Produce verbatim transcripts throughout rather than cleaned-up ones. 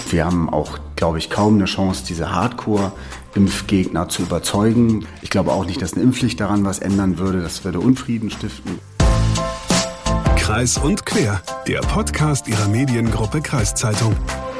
wir haben auch, glaube ich, kaum eine Chance, diese Hardcore-Impfgegner zu überzeugen. Ich glaube auch nicht, dass eine Impfpflicht daran was ändern würde. Das würde Unfrieden stiften. Kreis und Quer, der Podcast Ihrer Mediengruppe Kreiszeitung.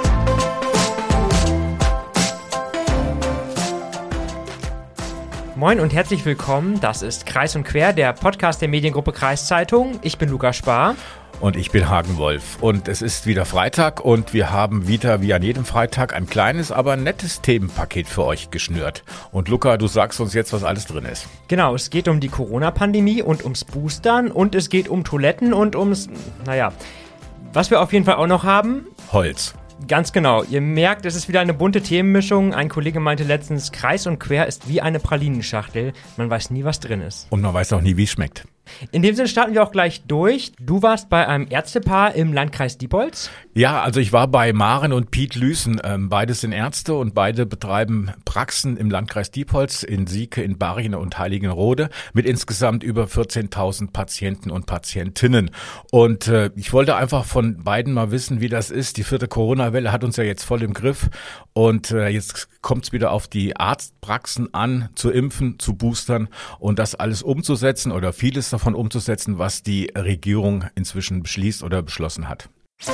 Moin und herzlich willkommen, das ist Kreis und Quer, der Podcast der Mediengruppe Kreiszeitung. Ich bin Lukas Spar. Und ich bin Hagen Wolf. Und es ist wieder Freitag und wir haben wieder, wie an jedem Freitag, ein kleines, aber nettes Themenpaket für euch geschnürt. Und Luca, du sagst uns jetzt, was alles drin ist. Genau, es geht um die Corona-Pandemie und ums Boostern und es geht um Toiletten und ums, naja, was wir auf jeden Fall auch noch haben: Holz. Ganz genau. Ihr merkt, es ist wieder eine bunte Themenmischung. Ein Kollege meinte letztens, Kreis und Quer ist wie eine Pralinenschachtel. Man weiß nie, was drin ist. Und man weiß auch nie, wie es schmeckt. In dem Sinne starten wir auch gleich durch. Du warst bei einem Ärztepaar im Landkreis Diepholz. Ja, also ich war bei Maren und Piet Lüßen. Ähm, beides sind Ärzte und beide betreiben Praxen im Landkreis Diepholz, in Sieke, in Barchen und Heiligenrode mit insgesamt über vierzehntausend Patienten und Patientinnen. Und äh, ich wollte einfach von beiden mal wissen, wie das ist. Die vierte Corona-Welle hat uns ja jetzt voll im Griff. Und äh, jetzt kommt es wieder auf die Arztpraxen an, zu impfen, zu boostern und das alles umzusetzen oder vieles davon umzusetzen, was die Regierung inzwischen beschließt oder beschlossen hat.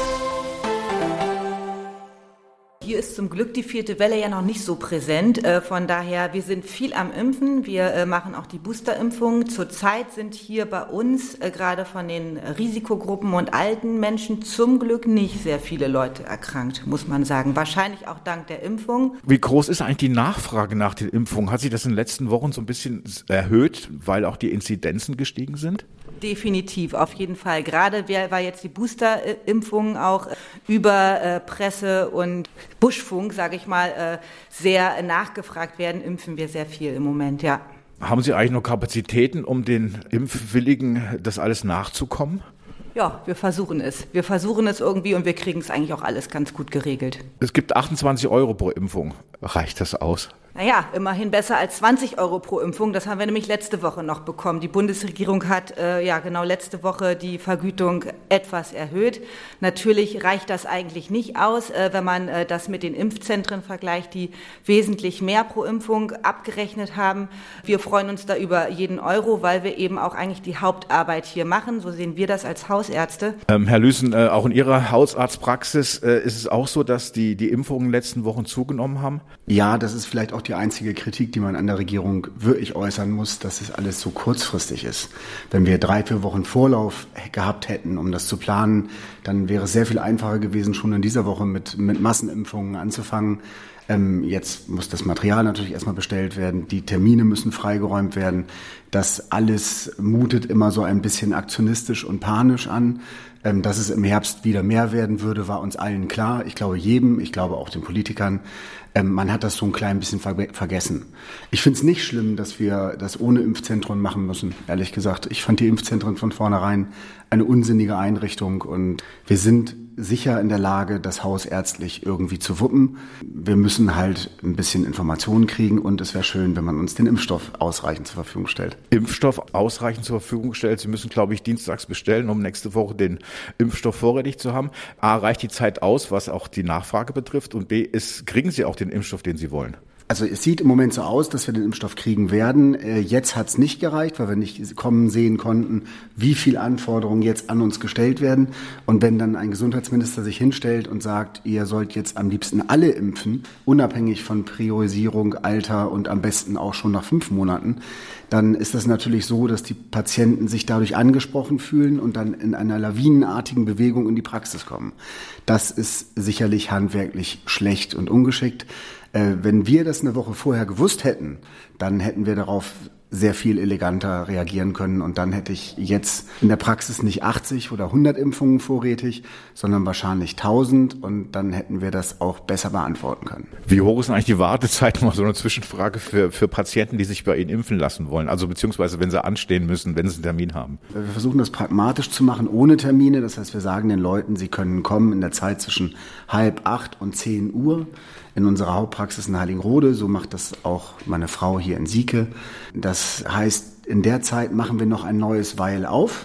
Hier ist zum Glück die vierte Welle ja noch nicht so präsent. Von daher, wir sind viel am Impfen. Wir machen auch die Boosterimpfung. Zurzeit sind hier bei uns gerade von den Risikogruppen und alten Menschen zum Glück nicht sehr viele Leute erkrankt, muss man sagen. Wahrscheinlich auch dank der Impfung. Wie groß ist eigentlich die Nachfrage nach den Impfungen? Hat sich das in den letzten Wochen so ein bisschen erhöht, weil auch die Inzidenzen gestiegen sind? Definitiv, auf jeden Fall. Gerade weil jetzt die Boosterimpfungen auch über Presse und Buschfunk, sage ich mal, sehr nachgefragt werden, impfen wir sehr viel im Moment, ja. Haben Sie eigentlich noch Kapazitäten, um den Impfwilligen das alles nachzukommen? Ja, wir versuchen es. Wir versuchen es irgendwie und wir kriegen es eigentlich auch alles ganz gut geregelt. Es gibt achtundzwanzig Euro pro Impfung. Reicht das aus? Naja, immerhin besser als zwanzig Euro pro Impfung. Das haben wir nämlich letzte Woche noch bekommen. Die Bundesregierung hat äh, ja genau letzte Woche die Vergütung etwas erhöht. Natürlich reicht das eigentlich nicht aus, äh, wenn man äh, das mit den Impfzentren vergleicht, die wesentlich mehr pro Impfung abgerechnet haben. Wir freuen uns da über jeden Euro, weil wir eben auch eigentlich die Hauptarbeit hier machen. So sehen wir das als Hausärzte. Ähm, Herr Lüßen, äh, auch in Ihrer Hausarztpraxis äh, ist es auch so, dass die, die Impfungen in den letzten Wochen zugenommen haben? Ja, das ist vielleicht auch die einzige Kritik, die man an der Regierung wirklich äußern muss, dass es alles so kurzfristig ist. Wenn wir drei, vier Wochen Vorlauf gehabt hätten, um das zu planen, dann wäre es sehr viel einfacher gewesen, schon in dieser Woche mit, mit Massenimpfungen anzufangen. Ähm, jetzt muss das Material natürlich erstmal bestellt werden, die Termine müssen freigeräumt werden. Das alles mutet immer so ein bisschen aktionistisch und panisch an. Ähm, dass es im Herbst wieder mehr werden würde, war uns allen klar. Ich glaube jedem, ich glaube auch den Politikern. Ähm, man hat das so ein klein bisschen ver- vergessen. Ich finde es nicht schlimm, dass wir das ohne Impfzentren machen müssen, ehrlich gesagt. Ich fand die Impfzentren von vornherein eine unsinnige Einrichtung und wir sind sicher in der Lage, das hausärztlich irgendwie zu wuppen. Wir müssen halt ein bisschen Informationen kriegen und es wäre schön, wenn man uns den Impfstoff ausreichend zur Verfügung stellt. Impfstoff ausreichend zur Verfügung stellt. Sie müssen, glaube ich, dienstags bestellen, um nächste Woche den Impfstoff vorrätig zu haben. A, reicht die Zeit aus, was auch die Nachfrage betrifft, und B, ist, kriegen Sie auch den Impfstoff, den Sie wollen? Also es sieht im Moment so aus, dass wir den Impfstoff kriegen werden. Jetzt hat es nicht gereicht, weil wir nicht kommen sehen konnten, wie viel Anforderungen jetzt an uns gestellt werden. Und wenn dann ein Gesundheitsminister sich hinstellt und sagt, ihr sollt jetzt am liebsten alle impfen, unabhängig von Priorisierung, Alter und am besten auch schon nach fünf Monaten, dann ist das natürlich so, dass die Patienten sich dadurch angesprochen fühlen und dann in einer lawinenartigen Bewegung in die Praxis kommen. Das ist sicherlich handwerklich schlecht und ungeschickt. Äh, wenn wir das eine Woche vorher gewusst hätten, dann hätten wir darauf sehr viel eleganter reagieren können und dann hätte ich jetzt in der Praxis nicht achtzig oder hundert Impfungen vorrätig, sondern wahrscheinlich tausend und dann hätten wir das auch besser beantworten können. Wie hoch ist eigentlich die Wartezeit, mal so eine Zwischenfrage für, für Patienten, die sich bei Ihnen impfen lassen wollen, also beziehungsweise wenn sie anstehen müssen, wenn sie einen Termin haben? Wir versuchen das pragmatisch zu machen, ohne Termine, das heißt wir sagen den Leuten, sie können kommen in der Zeit zwischen halb acht und zehn Uhr. In unserer Hauptpraxis in Heiligenrode, so macht das auch meine Frau hier in Sieke. Das heißt, in der Zeit machen wir noch ein neues Weil auf.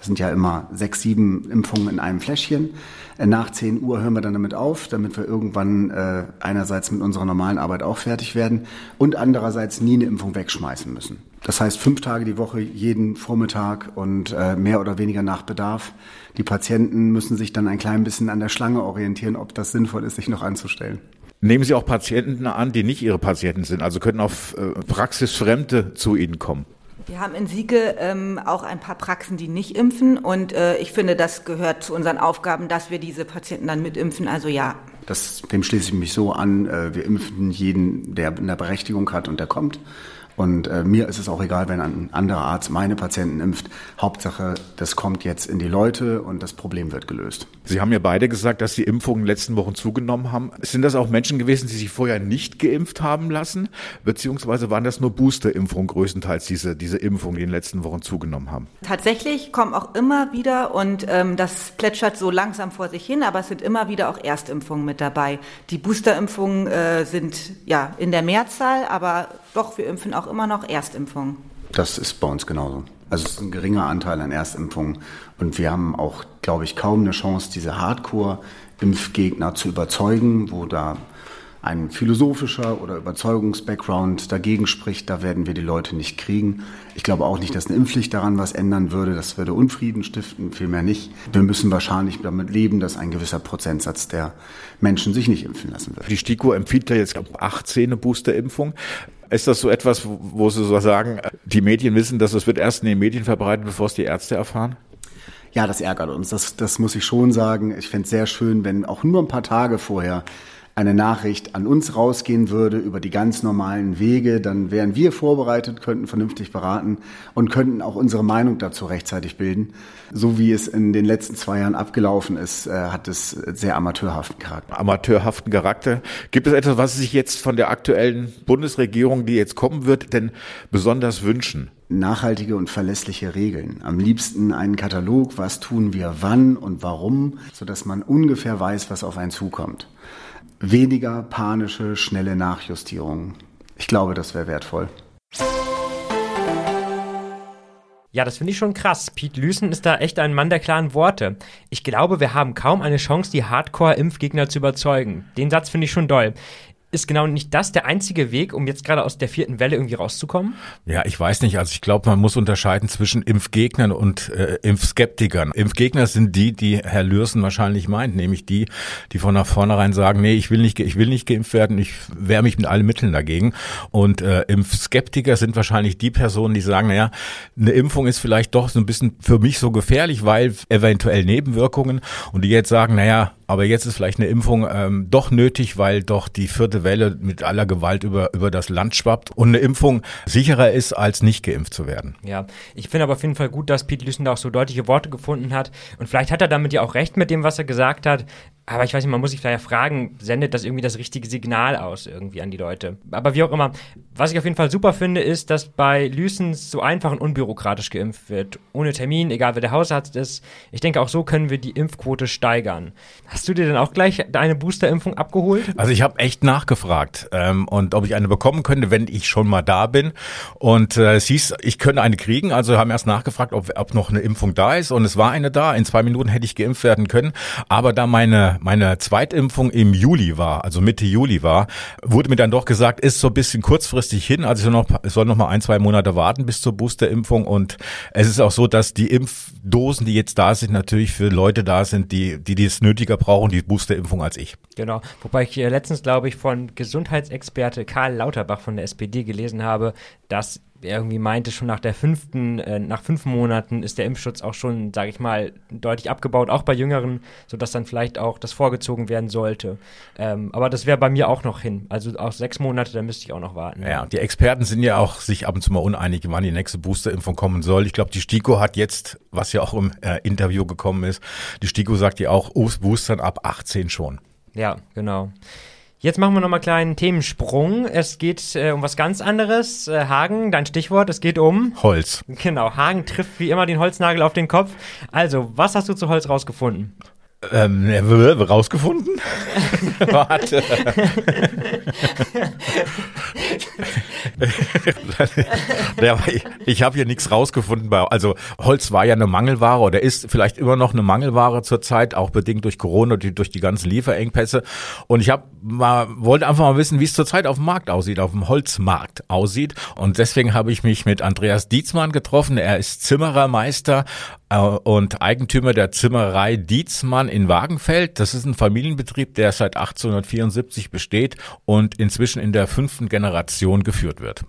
Das sind ja immer sechs, sieben Impfungen in einem Fläschchen. Nach zehn Uhr hören wir dann damit auf, damit wir irgendwann äh, einerseits mit unserer normalen Arbeit auch fertig werden und andererseits nie eine Impfung wegschmeißen müssen. Das heißt, fünf Tage die Woche, jeden Vormittag und äh, mehr oder weniger nach Bedarf. Die Patienten müssen sich dann ein klein bisschen an der Schlange orientieren, ob das sinnvoll ist, sich noch anzustellen. Nehmen Sie auch Patienten an, die nicht Ihre Patienten sind, also können auch äh, Praxisfremde zu Ihnen kommen? Wir haben in Sieke ähm, auch ein paar Praxen, die nicht impfen und äh, ich finde, das gehört zu unseren Aufgaben, dass wir diese Patienten dann mitimpfen, also ja. Das, dem schließe ich mich so an, äh, wir impfen jeden, der eine Berechtigung hat und der kommt. Und äh, mir ist es auch egal, wenn ein anderer Arzt meine Patienten impft. Hauptsache, das kommt jetzt in die Leute und das Problem wird gelöst. Sie haben ja beide gesagt, dass die Impfungen in den letzten Wochen zugenommen haben. Sind das auch Menschen gewesen, die sich vorher nicht geimpft haben lassen? Beziehungsweise waren das nur Boosterimpfungen größtenteils, diese, diese Impfungen, die in den letzten Wochen zugenommen haben? Tatsächlich kommen auch immer wieder, und ähm, das plätschert so langsam vor sich hin, aber es sind immer wieder auch Erstimpfungen mit dabei. Die Boosterimpfungen äh, sind ja in der Mehrzahl, aber doch, wir impfen auch immer noch Erstimpfungen. Das ist bei uns genauso. Also es ist ein geringer Anteil an Erstimpfungen und wir haben auch, glaube ich, kaum eine Chance, diese Hardcore-Impfgegner zu überzeugen, wo da ein philosophischer oder Überzeugungs-Background dagegen spricht, da werden wir die Leute nicht kriegen. Ich glaube auch nicht, dass eine Impfpflicht daran was ändern würde. Das würde Unfrieden stiften, vielmehr nicht. Wir müssen wahrscheinlich damit leben, dass ein gewisser Prozentsatz der Menschen sich nicht impfen lassen wird. Die STIKO empfiehlt ja jetzt ab achtzehn eine Boosterimpfung. Ist das so etwas, wo Sie so sagen, die Medien wissen, dass es wird erst in den Medien verbreitet, bevor es die Ärzte erfahren? Ja, das ärgert uns. Das, das muss ich schon sagen. Ich fände es sehr schön, wenn auch nur ein paar Tage vorher eine Nachricht an uns rausgehen würde über die ganz normalen Wege, dann wären wir vorbereitet, könnten vernünftig beraten und könnten auch unsere Meinung dazu rechtzeitig bilden. So wie es in den letzten zwei Jahren abgelaufen ist, äh, hat es sehr amateurhaften Charakter. Amateurhaften Charakter. Gibt es etwas, was Sie sich jetzt von der aktuellen Bundesregierung, die jetzt kommen wird, denn besonders wünschen? Nachhaltige und verlässliche Regeln. Am liebsten einen Katalog, was tun wir wann und warum, sodass man ungefähr weiß, was auf einen zukommt. Weniger panische, schnelle Nachjustierungen. Ich glaube, das wäre wertvoll. Ja, das finde ich schon krass. Piet Lüsen ist da echt ein Mann der klaren Worte. Ich glaube, wir haben kaum eine Chance, die Hardcore-Impfgegner zu überzeugen. Den Satz finde ich schon doll. Ist genau nicht das der einzige Weg, um jetzt gerade aus der vierten Welle irgendwie rauszukommen? Ja, ich weiß nicht. Also ich glaube, man muss unterscheiden zwischen Impfgegnern und äh, Impfskeptikern. Impfgegner sind die, die Herr Lürsen wahrscheinlich meint, nämlich die, die von nach vornherein sagen, nee, ich will nicht, ich will nicht geimpft werden, ich wehre mich mit allen Mitteln dagegen. Und äh, Impfskeptiker sind wahrscheinlich die Personen, die sagen, naja, eine Impfung ist vielleicht doch so ein bisschen für mich so gefährlich, weil eventuell Nebenwirkungen. Und die jetzt sagen, naja, aber jetzt ist vielleicht eine Impfung ähm, doch nötig, weil doch die vierte Welle mit aller Gewalt über über das Land schwappt und eine Impfung sicherer ist, als nicht geimpft zu werden. Ja, ich finde aber auf jeden Fall gut, dass Piet Lüsen da auch so deutliche Worte gefunden hat. Und vielleicht hat er damit ja auch recht mit dem, was er gesagt hat. Aber ich weiß nicht, man muss sich vielleicht fragen, sendet das irgendwie das richtige Signal aus irgendwie an die Leute? Aber wie auch immer, was ich auf jeden Fall super finde, ist, dass bei Lüsens so einfach und unbürokratisch geimpft wird. Ohne Termin, egal wer der Hausarzt ist. Ich denke, auch so können wir die Impfquote steigern. Hast du dir denn auch gleich eine Boosterimpfung abgeholt? Also ich habe echt nachgefragt ähm, und ob ich eine bekommen könnte, wenn ich schon mal da bin. Und äh, es hieß, ich könnte eine kriegen. Also haben erst nachgefragt, ob, ob noch eine Impfung da ist. Und es war eine da. In zwei Minuten hätte ich geimpft werden können. Aber da meine meine Zweitimpfung im Juli war, also Mitte Juli war, wurde mir dann doch gesagt, ist so ein bisschen kurzfristig hin. Also ich soll noch, ich soll noch mal ein, zwei Monate warten bis zur Boosterimpfung. Und es ist auch so, dass die Impfdosen, die jetzt da sind, natürlich für Leute da sind, die die dies nötiger brauchen, die Boosterimpfung als ich. Genau. Wobei ich letztens, glaube ich, von Gesundheitsexperte Karl Lauterbach von der S P D gelesen habe, dass er irgendwie meinte, schon nach der fünften, äh, nach fünf Monaten ist der Impfschutz auch schon, sage ich mal, deutlich abgebaut, auch bei Jüngeren, sodass dann vielleicht auch das vorgezogen werden sollte. Ähm, aber das wäre bei mir auch noch hin. Also auch sechs Monate, da müsste ich auch noch warten. Ja, die Experten sind ja auch sich ab und zu mal uneinig, wann die nächste Boosterimpfung kommen soll. Ich glaube, die STIKO hat jetzt, was ja auch im äh, Interview gekommen ist, die STIKO sagt ja auch, Boostern ab achtzehn schon. Ja, genau. Jetzt machen wir nochmal einen kleinen Themensprung. Es geht äh, um was ganz anderes. Äh, Hagen, dein Stichwort, es geht um Holz. Genau, Hagen trifft wie immer den Holznagel auf den Kopf. Also, was hast du zu Holz rausgefunden? Ähm, rausgefunden? Warte. ja, ich ich habe hier nichts rausgefunden. Also Holz war ja eine Mangelware oder ist vielleicht immer noch eine Mangelware zurzeit, auch bedingt durch Corona und durch die ganzen Lieferengpässe. Und ich hab mal, wollte einfach mal wissen, wie es zurzeit auf dem Markt aussieht, auf dem Holzmarkt aussieht. Und deswegen habe ich mich mit Andreas Dietzmann getroffen. Er ist Zimmerermeister und Eigentümer der Zimmerei Dietzmann in Wagenfeld. Das ist ein Familienbetrieb, der seit achtzehnhundertvierundsiebzig besteht und inzwischen in der fünften Generation geführt wird.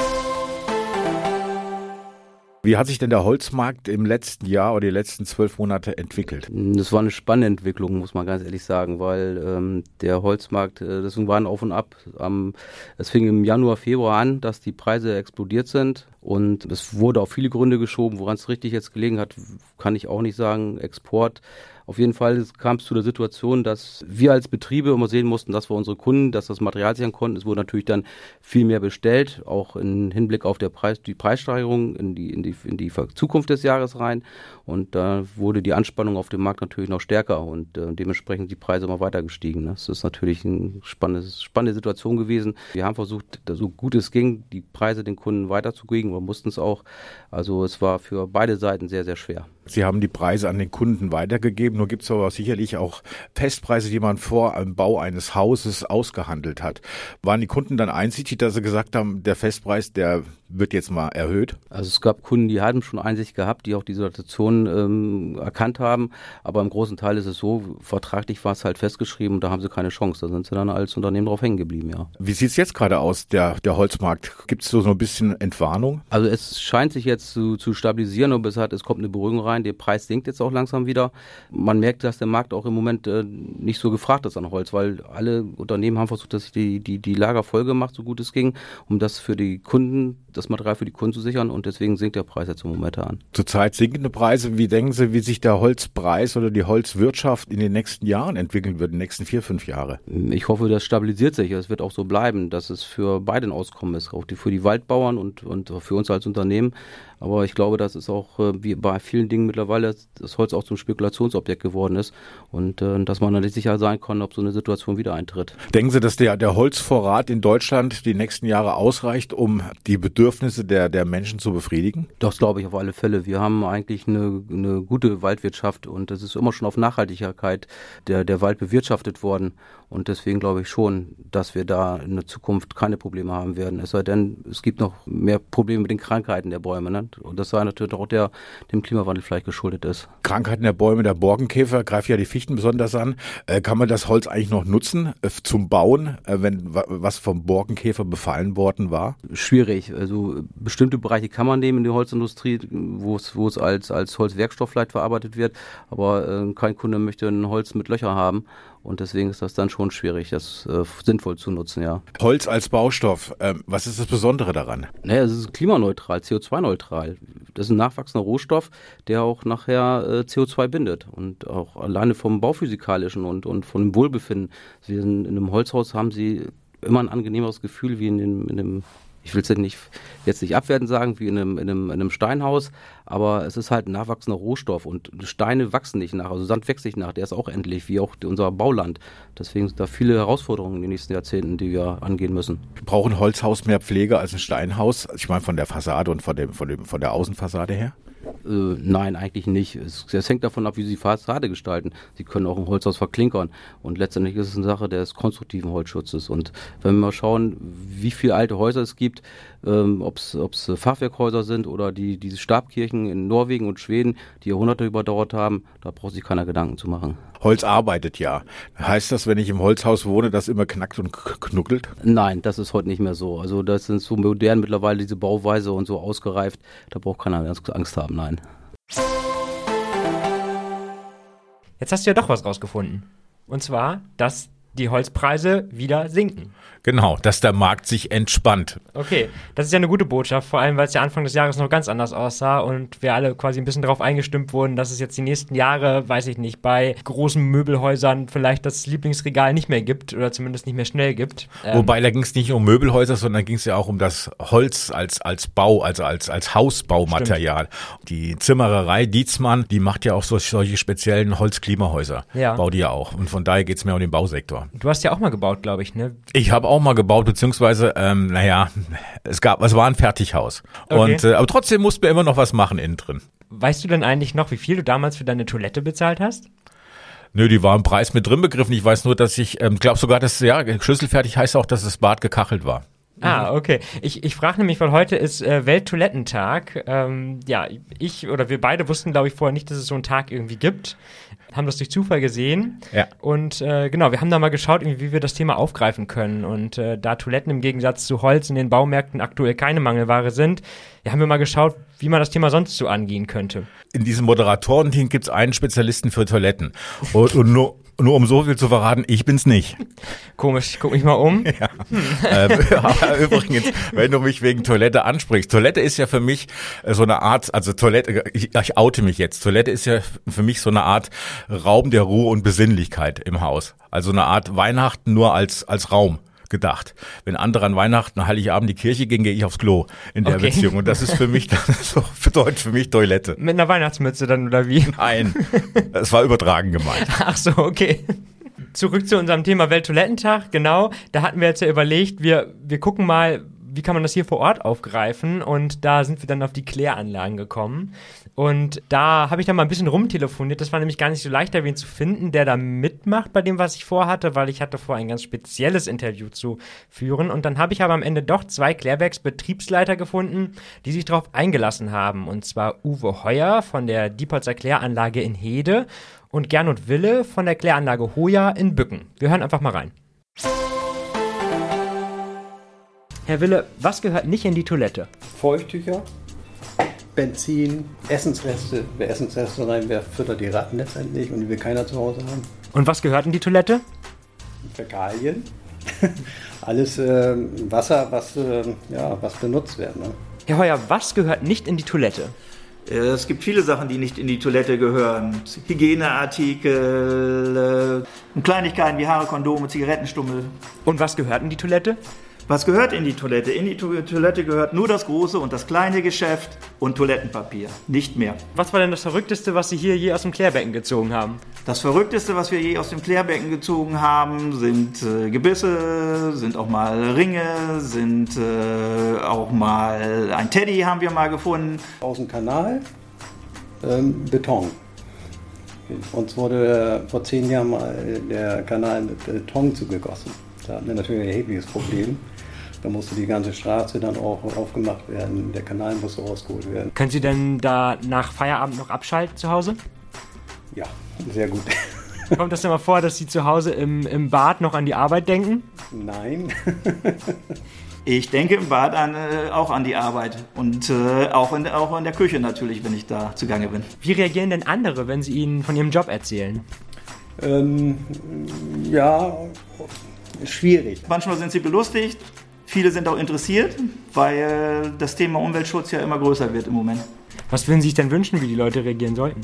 Wie hat sich denn der Holzmarkt im letzten Jahr oder die letzten zwölf Monate entwickelt? Das war eine spannende Entwicklung, muss man ganz ehrlich sagen, weil ähm, der Holzmarkt, äh, deswegen waren auf und ab. Ähm, es fing im Januar, Februar an, dass die Preise explodiert sind und es wurde auf viele Gründe geschoben. Woran es richtig jetzt gelegen hat, kann ich auch nicht sagen. Export. Auf jeden Fall kam es zu der Situation, dass wir als Betriebe immer sehen mussten, dass wir unsere Kunden, dass das Material sichern konnten. Es wurde natürlich dann viel mehr bestellt, auch im Hinblick auf der Preis, die Preissteigerung in die, in die, in die Zukunft des Jahres rein. Und da wurde die Anspannung auf dem Markt natürlich noch stärker und äh, dementsprechend die Preise immer weiter gestiegen. Das ist natürlich eine spannende, spannende Situation gewesen. Wir haben versucht, so gut es ging, die Preise den Kunden weiterzugeben. Wir mussten es auch. Also es war für beide Seiten sehr, sehr schwer. Sie haben die Preise an den Kunden weitergegeben. Nur gibt es aber sicherlich auch Festpreise, die man vor einem Bau eines Hauses ausgehandelt hat. Waren die Kunden dann einsichtig, dass sie gesagt haben, der Festpreis, der wird jetzt mal erhöht? Also es gab Kunden, die haben schon Einsicht gehabt, die auch die Situation ähm, erkannt haben. Aber im großen Teil ist es so, vertraglich war es halt festgeschrieben und da haben sie keine Chance. Da sind sie dann als Unternehmen drauf hängen geblieben, ja. Wie sieht es jetzt gerade aus, der, der Holzmarkt? Gibt es so ein bisschen Entwarnung? Also es scheint sich jetzt zu, zu stabilisieren und es, hat, es kommt eine Beruhigung rein. Der Preis sinkt jetzt auch langsam wieder. Man merkt, dass der Markt auch im Moment äh, nicht so gefragt ist an Holz, weil alle Unternehmen haben versucht, dass die, die, die Lager voll gemacht, so gut es ging, um das für die Kunden, das Material für die Kunden zu sichern und deswegen sinkt der Preis jetzt im Moment an. Zurzeit sinkende Preise. Wie denken Sie, wie sich der Holzpreis oder die Holzwirtschaft in den nächsten Jahren entwickeln wird, in den nächsten vier, fünf Jahre? Ich hoffe, das stabilisiert sich. Es wird auch so bleiben, dass es für beide ein Auskommen ist, auch die, für die Waldbauern und, und für uns als Unternehmen. Aber ich glaube, dass es auch wie bei vielen Dingen mittlerweile das Holz auch zum Spekulationsobjekt geworden ist und äh, dass man dann nicht sicher sein kann, ob so eine Situation wieder eintritt. Denken Sie, dass der, der Holzvorrat in Deutschland die nächsten Jahre ausreicht, um die Bedürfnisse der, der Menschen zu befriedigen? Das glaube ich auf alle Fälle. Wir haben eigentlich eine, eine gute Waldwirtschaft und es ist immer schon auf Nachhaltigkeit der, der Wald bewirtschaftet worden. Und deswegen glaube ich schon, dass wir da in der Zukunft keine Probleme haben werden. Es sei denn, es gibt noch mehr Probleme mit den Krankheiten der Bäume. Ne? Und das sei natürlich auch der dem Klimawandel vielleicht geschuldet ist. Krankheiten der Bäume, der Borkenkäfer greift ja die Fichten besonders an. Äh, kann man das Holz eigentlich noch nutzen äh, zum Bauen, äh, wenn w- was vom Borkenkäfer befallen worden war? Schwierig. Also bestimmte Bereiche kann man nehmen in der Holzindustrie, wo es, wo es als, als Holzwerkstoff vielleicht verarbeitet wird. Aber äh, kein Kunde möchte ein Holz mit Löchern haben. Und deswegen ist das dann schon schwierig, das äh, sinnvoll zu nutzen, ja. Holz als Baustoff, äh, was ist das Besondere daran? Naja, es ist klimaneutral, C O zwei neutral. Das ist ein nachwachsender Rohstoff, der auch nachher äh, C O zwei bindet. Und auch alleine vom Bauphysikalischen und, und vom Wohlbefinden. Sie sind in einem Holzhaus haben Sie immer ein angenehmeres Gefühl wie in dem, in dem ich will es jetzt nicht, jetzt nicht abwertend sagen, wie in einem, in, einem, in einem Steinhaus, aber es ist halt ein nachwachsender Rohstoff und Steine wachsen nicht nach, also Sand wächst nicht nach, der ist auch endlich, wie auch unser Bauland. Deswegen sind da viele Herausforderungen in den nächsten Jahrzehnten, die wir angehen müssen. Braucht ein Holzhaus mehr Pflege als ein Steinhaus? Ich meine von der Fassade und von, dem, von, dem, von der Außenfassade her? Äh, nein, eigentlich nicht. Es, es hängt davon ab, wie Sie die Fassade gestalten. Sie können auch ein Holzhaus verklinkern und letztendlich ist es eine Sache des konstruktiven Holzschutzes. Und wenn wir mal schauen, wie viele alte Häuser es gibt, ähm, ob es Fachwerkhäuser sind oder die diese Stabkirchen in Norwegen und Schweden, die Jahrhunderte überdauert haben, da braucht sich keiner Gedanken zu machen. Holz arbeitet ja. Heißt das, wenn ich im Holzhaus wohne, dass immer knackt und knuckelt? Nein, das ist heute nicht mehr so. Also das sind so modern mittlerweile diese Bauweise und so ausgereift, da braucht keiner Angst haben, nein. Jetzt hast du ja doch was rausgefunden. Und zwar, dass die Holzpreise wieder sinken. Genau, dass der Markt sich entspannt. Okay, das ist ja eine gute Botschaft, vor allem, weil es ja Anfang des Jahres noch ganz anders aussah und wir alle quasi ein bisschen darauf eingestimmt wurden, dass es jetzt die nächsten Jahre, weiß ich nicht, bei großen Möbelhäusern vielleicht das Lieblingsregal nicht mehr gibt oder zumindest nicht mehr schnell gibt. Ähm Wobei, da ging es nicht um Möbelhäuser, sondern ging es ja auch um das Holz als, als Bau, also als, als Hausbaumaterial. Stimmt. Die Zimmererei Dietzmann, die macht ja auch so, solche speziellen Holzklimahäuser. Ja. Baut die ja auch. Und von daher geht es mehr um den Bausektor. Du hast ja auch mal gebaut, glaube ich, ne? Ich habe auch mal gebaut, beziehungsweise, ähm, naja, es gab, es war ein Fertighaus. Okay. Und, äh, aber trotzdem mussten wir immer noch was machen innen drin. Weißt du denn eigentlich noch, wie viel du damals für deine Toilette bezahlt hast? Nö, die war im Preis mit drin begriffen. Ich weiß nur, dass ich, ähm, glaube sogar, dass, ja, schlüsselfertig heißt auch, dass das Bad gekachelt war. Ah, okay. Ich, ich frage nämlich, weil heute ist äh, Welttoilettentag. Ähm, ja, ich oder wir beide wussten, glaube ich, vorher nicht, dass es so einen Tag irgendwie gibt. Haben das durch Zufall gesehen. Ja. Und äh, genau, wir haben da mal geschaut, wie wir das Thema aufgreifen können. Und äh, da Toiletten im Gegensatz zu Holz in den Baumärkten aktuell keine Mangelware sind, ja, haben wir mal geschaut, wie man das Thema sonst so angehen könnte. In diesem Moderatorenteam gibt es einen Spezialisten für Toiletten. Und, und nur Nur um so viel zu verraten, ich bin's nicht. Komisch, ich guck mich mal um. Ja. ähm, aber übrigens, wenn du mich wegen Toilette ansprichst, Toilette ist ja für mich so eine Art, also Toilette, ich, ich oute mich jetzt, Toilette ist ja für mich so eine Art Raum der Ruhe und Besinnlichkeit im Haus. Also eine Art Weihnachten nur als, als Raum gedacht. Wenn andere an Weihnachten, Heiligabend die Kirche gehen, gehe ich aufs Klo in der okay. Beziehung. Und das ist für mich, das ist so, bedeutet für mich Toilette. Mit einer Weihnachtsmütze dann, oder wie? Nein, es war übertragen gemeint. Ach so, okay. Zurück zu unserem Thema Welttoilettentag, genau. Da hatten wir jetzt ja überlegt, wir, wir gucken mal, wie kann man das hier vor Ort aufgreifen? Und da sind wir dann auf die Kläranlagen gekommen. Und da habe ich dann mal ein bisschen rumtelefoniert. Das war nämlich gar nicht so leicht, da wen zu finden, der da mitmacht bei dem, was ich vorhatte, weil ich hatte vor, ein ganz spezielles Interview zu führen. Und dann habe ich aber am Ende doch zwei Klärwerksbetriebsleiter gefunden, die sich darauf eingelassen haben. Und zwar Uwe Heuer von der Diepholzer Kläranlage in Hede und Gernot Wille von der Kläranlage Hoya in Bücken. Wir hören einfach mal rein. Herr Wille, was gehört nicht in die Toilette? Feuchttücher, Benzin, Essensreste. Wer Essensreste reinwerft, füttert die Ratten letztendlich und die will keiner zu Hause haben. Und was gehört in die Toilette? Fäkalien. Alles äh, Wasser, was, äh, ja, was benutzt wird. Ne? Herr Heuer, was gehört nicht in die Toilette? Es gibt viele Sachen, die nicht in die Toilette gehören. Hygieneartikel, äh, Kleinigkeiten wie Haare, Kondome, Zigarettenstummel. Und was gehört in die Toilette? Was gehört in die Toilette? In die to- Toilette gehört nur das große und das kleine Geschäft und Toilettenpapier, nicht mehr. Was war denn das Verrückteste, was Sie hier je aus dem Klärbecken gezogen haben? Das Verrückteste, was wir je aus dem Klärbecken gezogen haben, sind äh, Gebisse, sind auch mal Ringe, sind äh, auch mal ein Teddy haben wir mal gefunden. Aus dem Kanal ähm, Beton. Uns wurde äh, vor zehn Jahren mal der Kanal mit Beton zugegossen. Da hatten wir natürlich ein erhebliches Problem. Da musste die ganze Straße dann auch aufgemacht werden. Der Kanal musste rausgeholt werden. Können Sie denn da nach Feierabend noch abschalten zu Hause? Ja, sehr gut. Kommt das denn mal vor, dass Sie zu Hause im, im Bad noch an die Arbeit denken? Nein. Ich denke im Bad an, äh, auch an die Arbeit und äh, auch, in, auch in der Küche natürlich, wenn ich da zugange bin. Wie reagieren denn andere, wenn Sie ihnen von ihrem Job erzählen? Ähm, ja, schwierig. Manchmal sind sie belustigt, viele sind auch interessiert, weil das Thema Umweltschutz ja immer größer wird im Moment. Was würden Sie sich denn wünschen, wie die Leute reagieren sollten?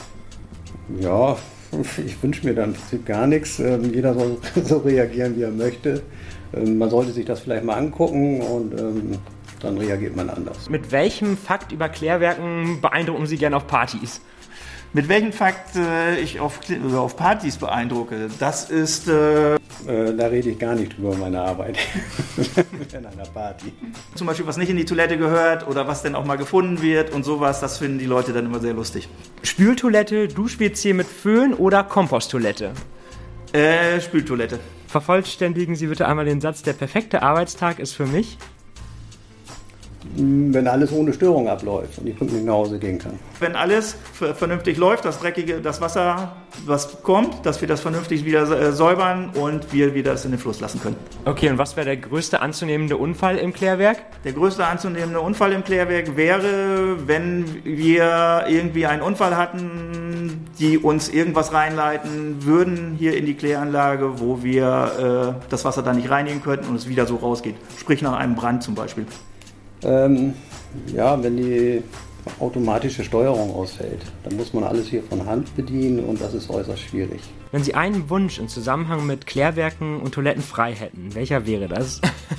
Ja, ich wünsche mir da im Prinzip gar nichts. Jeder soll so reagieren, wie er möchte. Man sollte sich das vielleicht mal angucken und ähm, dann reagiert man anders. Mit welchem Fakt über Klärwerken beeindrucken Sie gerne auf Partys? Mit welchem Fakt äh, ich auf, auf Partys beeindrucke, das ist... Äh, äh, da rede ich gar nicht drüber, meine Arbeit in einer Party. Zum Beispiel, was nicht in die Toilette gehört oder was denn auch mal gefunden wird und sowas, das finden die Leute dann immer sehr lustig. Spültoilette, Dusch-W C mit Föhn oder Komposttoilette? Äh, Spültoilette. Vervollständigen Sie bitte einmal den Satz, der perfekte Arbeitstag ist für mich... wenn alles ohne Störung abläuft und ich pünktlich nach Hause gehen kann. Wenn alles vernünftig läuft, das dreckige, das Wasser, was kommt, dass wir das vernünftig wieder säubern und wir wieder das in den Fluss lassen können. Okay, und was wäre der größte anzunehmende Unfall im Klärwerk? Der größte anzunehmende Unfall im Klärwerk wäre, wenn wir irgendwie einen Unfall hatten, die uns irgendwas reinleiten würden hier in die Kläranlage, wo wir äh, das Wasser dann nicht reinigen könnten und es wieder so rausgeht. Sprich nach einem Brand zum Beispiel. Ähm, ja, wenn die automatische Steuerung ausfällt, dann muss man alles hier von Hand bedienen und das ist äußerst schwierig. Wenn Sie einen Wunsch im Zusammenhang mit Klärwerken und Toiletten frei hätten, welcher wäre das?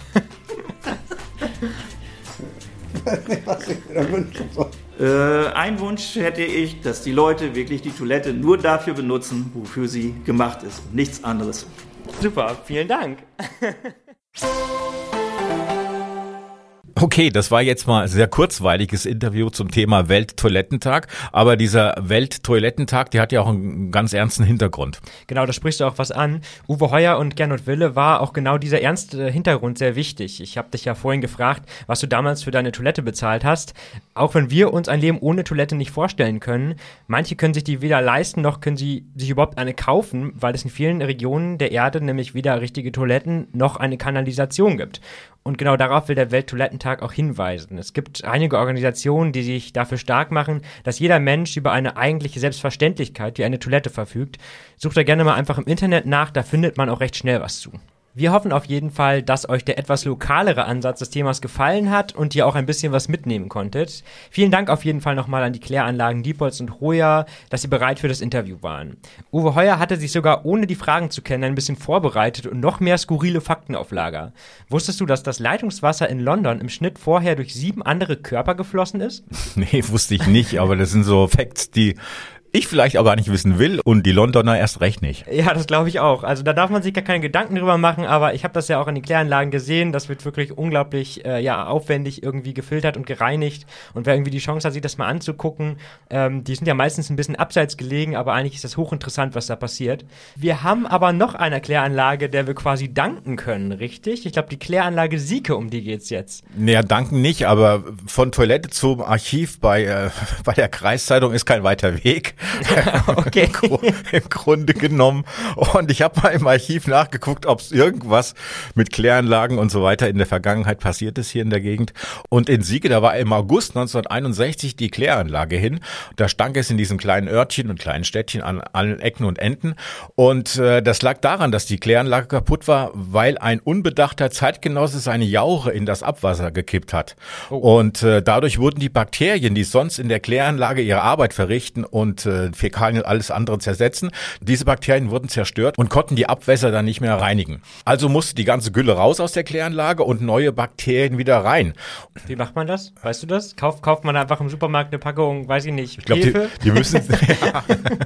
Ich weiß nicht, was ich mir da wünschen soll. Äh, ein Wunsch hätte ich, dass die Leute wirklich die Toilette nur dafür benutzen, wofür sie gemacht ist. Nichts anderes. Super, vielen Dank. Okay, das war jetzt mal ein sehr kurzweiliges Interview zum Thema Welttoilettentag, aber dieser Welttoilettentag, der hat ja auch einen ganz ernsten Hintergrund. Genau, da sprichst du auch was an. Uwe Heuer und Gernot Wille war auch genau dieser ernste Hintergrund sehr wichtig. Ich habe dich ja vorhin gefragt, was du damals für deine Toilette bezahlt hast. Auch wenn wir uns ein Leben ohne Toilette nicht vorstellen können, manche können sich die weder leisten, noch können sie sich überhaupt eine kaufen, weil es in vielen Regionen der Erde nämlich weder richtige Toiletten noch eine Kanalisation gibt. Und genau darauf will der Welttoilettentag auch hinweisen. Es gibt einige Organisationen, die sich dafür stark machen, dass jeder Mensch über eine eigentliche Selbstverständlichkeit wie eine Toilette verfügt. Sucht da gerne mal einfach im Internet nach, da findet man auch recht schnell was zu. Wir hoffen auf jeden Fall, dass euch der etwas lokalere Ansatz des Themas gefallen hat und ihr auch ein bisschen was mitnehmen konntet. Vielen Dank auf jeden Fall nochmal an die Kläranlagen Diepholz und Hoya, dass sie bereit für das Interview waren. Uwe Heuer hatte sich sogar, ohne die Fragen zu kennen, ein bisschen vorbereitet und noch mehr skurrile Fakten auf Lager. Wusstest du, dass das Leitungswasser in London im Schnitt vorher durch sieben andere Körper geflossen ist? Nee, wusste ich nicht, aber das sind so Facts, die ich vielleicht auch gar nicht wissen will und die Londoner erst recht nicht. Ja, das glaube ich auch. Also da darf man sich gar keine Gedanken drüber machen, aber ich habe das ja auch in den Kläranlagen gesehen. Das wird wirklich unglaublich äh, ja, aufwendig irgendwie gefiltert und gereinigt. Und wer irgendwie die Chance hat, sich das mal anzugucken, ähm, die sind ja meistens ein bisschen abseits gelegen, aber eigentlich ist das hochinteressant, was da passiert. Wir haben aber noch eine Kläranlage, der wir quasi danken können, richtig? Ich glaube, die Kläranlage Sieke, um die geht's jetzt. Naja, danken nicht, aber von Toilette zum Archiv bei, äh, bei der Kreiszeitung ist kein weiter Weg. Okay. Im Grunde genommen. Und ich habe mal im Archiv nachgeguckt, ob es irgendwas mit Kläranlagen und so weiter in der Vergangenheit passiert ist hier in der Gegend. Und in Sieke, da war im August neunzehnhunderteinundsechzig die Kläranlage hin. Da stank es in diesem kleinen Örtchen und kleinen Städtchen an allen Ecken und Enden. Und äh, das lag daran, dass die Kläranlage kaputt war, weil ein unbedachter Zeitgenosse seine Jauche in das Abwasser gekippt hat. Oh. Und äh, dadurch wurden die Bakterien, die sonst in der Kläranlage ihre Arbeit verrichten und äh, Fäkalien und alles andere zersetzen. Diese Bakterien wurden zerstört und konnten die Abwässer dann nicht mehr reinigen. Also musste die ganze Gülle raus aus der Kläranlage und neue Bakterien wieder rein. Wie macht man das? Weißt du das? Kauft, kauft man einfach im Supermarkt eine Packung, weiß ich nicht, ich glaub, Hefe? Die, die müssen... ja.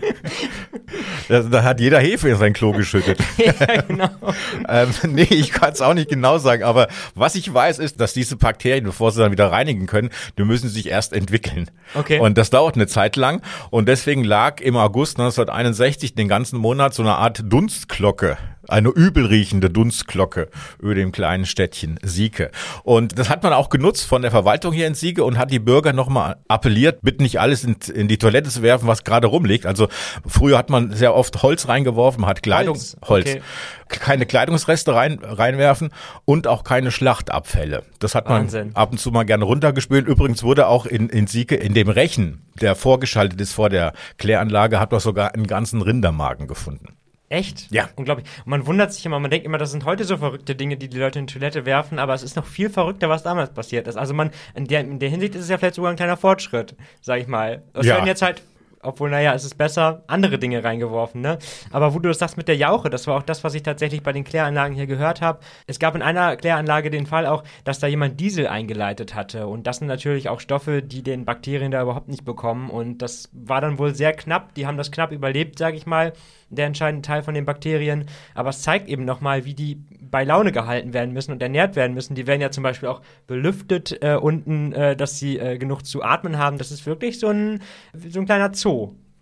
da, da hat jeder Hefe in sein Klo geschüttet. Ja, genau. ähm, nee, ich kann es auch nicht genau sagen, aber was ich weiß ist, dass diese Bakterien, bevor sie dann wieder reinigen können, die müssen sich erst entwickeln. Okay. Und das dauert eine Zeit lang und deswegen lag im August neunzehnhunderteinundsechzig den ganzen Monat so eine Art Dunstglocke, eine übelriechende Dunstglocke über dem kleinen Städtchen Sieke. Und das hat man auch genutzt von der Verwaltung hier in Sieke und hat die Bürger nochmal appelliert, bitte nicht alles in, in die Toilette zu werfen, was gerade rumliegt. Also früher hat man sehr oft Holz reingeworfen, hat Kleidung, Holz, Holz okay. keine Kleidungsreste rein, reinwerfen und auch keine Schlachtabfälle. Das hat man Wahnsinn. Ab und zu mal gerne runtergespült. Übrigens wurde auch in, in Sieke in dem Rechen, der vorgeschaltet ist vor der Kläranlage, hat man sogar einen ganzen Rindermagen gefunden. Echt? Ja. Unglaublich. Und man wundert sich immer, man denkt immer, das sind heute so verrückte Dinge, die die Leute in die Toilette werfen, aber es ist noch viel verrückter, was damals passiert ist. Also man, in der, in der Hinsicht ist es ja vielleicht sogar ein kleiner Fortschritt, sag ich mal. Es ja. werden jetzt halt, obwohl, naja, es ist besser, andere Dinge reingeworfen, ne? Aber wo du das sagst mit der Jauche, das war auch das, was ich tatsächlich bei den Kläranlagen hier gehört habe. Es gab in einer Kläranlage den Fall auch, dass da jemand Diesel eingeleitet hatte. Und das sind natürlich auch Stoffe, die den Bakterien da überhaupt nicht bekommen. Und das war dann wohl sehr knapp. Die haben das knapp überlebt, sag ich mal, der entscheidende Teil von den Bakterien. Aber es zeigt eben nochmal, wie die bei Laune gehalten werden müssen und ernährt werden müssen. Die werden ja zum Beispiel auch belüftet äh, unten, äh, dass sie äh, genug zu atmen haben. Das ist wirklich so ein, so ein kleiner Zoo.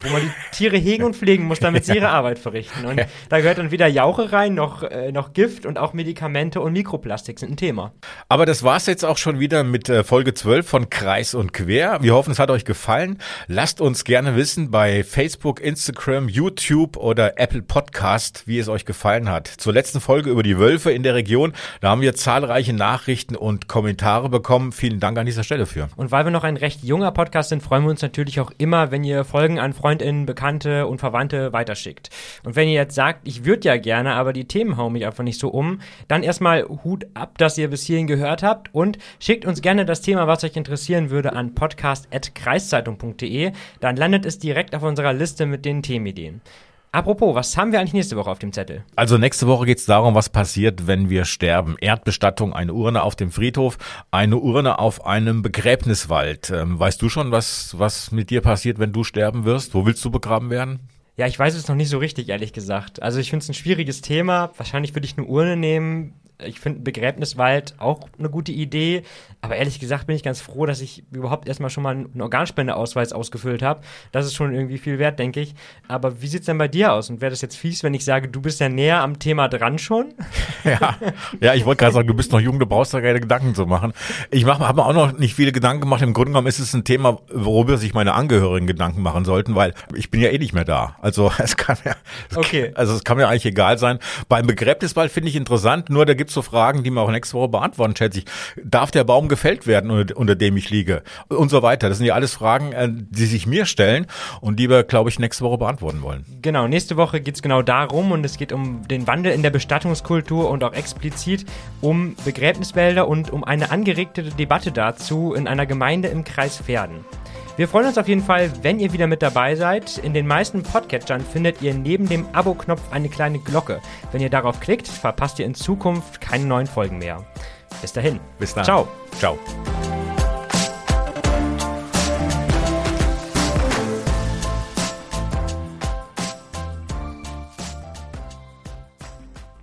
wo man die Tiere hegen und pflegen muss, damit sie ihre Arbeit verrichten. Und da gehört dann wieder Jauche rein, noch, äh, noch Gift und auch Medikamente und Mikroplastik sind ein Thema. Aber das war's jetzt auch schon wieder mit äh, Folge zwölf von Kreis und Quer. Wir hoffen, es hat euch gefallen. Lasst uns gerne wissen bei Facebook, Instagram, YouTube oder Apple Podcast, wie es euch gefallen hat. Zur letzten Folge über die Wölfe in der Region, da haben wir zahlreiche Nachrichten und Kommentare bekommen. Vielen Dank an dieser Stelle für. Und weil wir noch ein recht junger Podcast sind, freuen wir uns natürlich auch immer, wenn ihr Folgen an FreundInnen, Bekannte und Verwandte weiterschickt. Und wenn ihr jetzt sagt, ich würde ja gerne, aber die Themen hauen mich einfach nicht so um, dann erstmal Hut ab, dass ihr bis hierhin gehört habt und schickt uns gerne das Thema, was euch interessieren würde, an podcast at kreiszeitung punkt de. Dann landet es direkt auf unserer Liste mit den Themenideen. Apropos, was haben wir eigentlich nächste Woche auf dem Zettel? Also nächste Woche geht es darum, was passiert, wenn wir sterben. Erdbestattung, eine Urne auf dem Friedhof, eine Urne auf einem Begräbniswald. Ähm, weißt du schon, was, was mit dir passiert, wenn du sterben wirst? Wo willst du begraben werden? Ja, ich weiß es noch nicht so richtig, ehrlich gesagt. Also ich finde es ein schwieriges Thema. Wahrscheinlich würde ich eine Urne nehmen. Ich finde Begräbniswald auch eine gute Idee, aber ehrlich gesagt bin ich ganz froh, dass ich überhaupt erstmal schon mal einen Organspendeausweis ausgefüllt habe. Das ist schon irgendwie viel wert, denke ich. Aber wie sieht's denn bei dir aus? Und wäre das jetzt fies, wenn ich sage, du bist ja näher am Thema dran schon? Ja, ja, ich wollte gerade sagen, du bist noch jung, du brauchst da keine Gedanken zu machen. Ich habe mir auch noch nicht viele Gedanken gemacht. Im Grunde genommen ist es ein Thema, worüber sich meine Angehörigen Gedanken machen sollten, weil ich bin ja eh nicht mehr da. Also es kann mir, okay. also es kann mir eigentlich egal sein. Beim Begräbniswald finde ich interessant, nur da gibt es so Fragen, die wir auch nächste Woche beantworten, schätze ich. Darf der Baum gefällt werden, unter, unter dem ich liege? Und so weiter. Das sind ja alles Fragen, die sich mir stellen und die wir, glaube ich, nächste Woche beantworten wollen. Genau, nächste Woche geht es genau darum und es geht um den Wandel in der Bestattungskultur und auch explizit um Begräbniswälder und um eine angeregte Debatte dazu in einer Gemeinde im Kreis Verden. Wir freuen uns auf jeden Fall, wenn ihr wieder mit dabei seid. In den meisten Podcatchern findet ihr neben dem Abo-Knopf eine kleine Glocke. Wenn ihr darauf klickt, verpasst ihr in Zukunft keine neuen Folgen mehr. Bis dahin. Bis dann. Ciao. Ciao.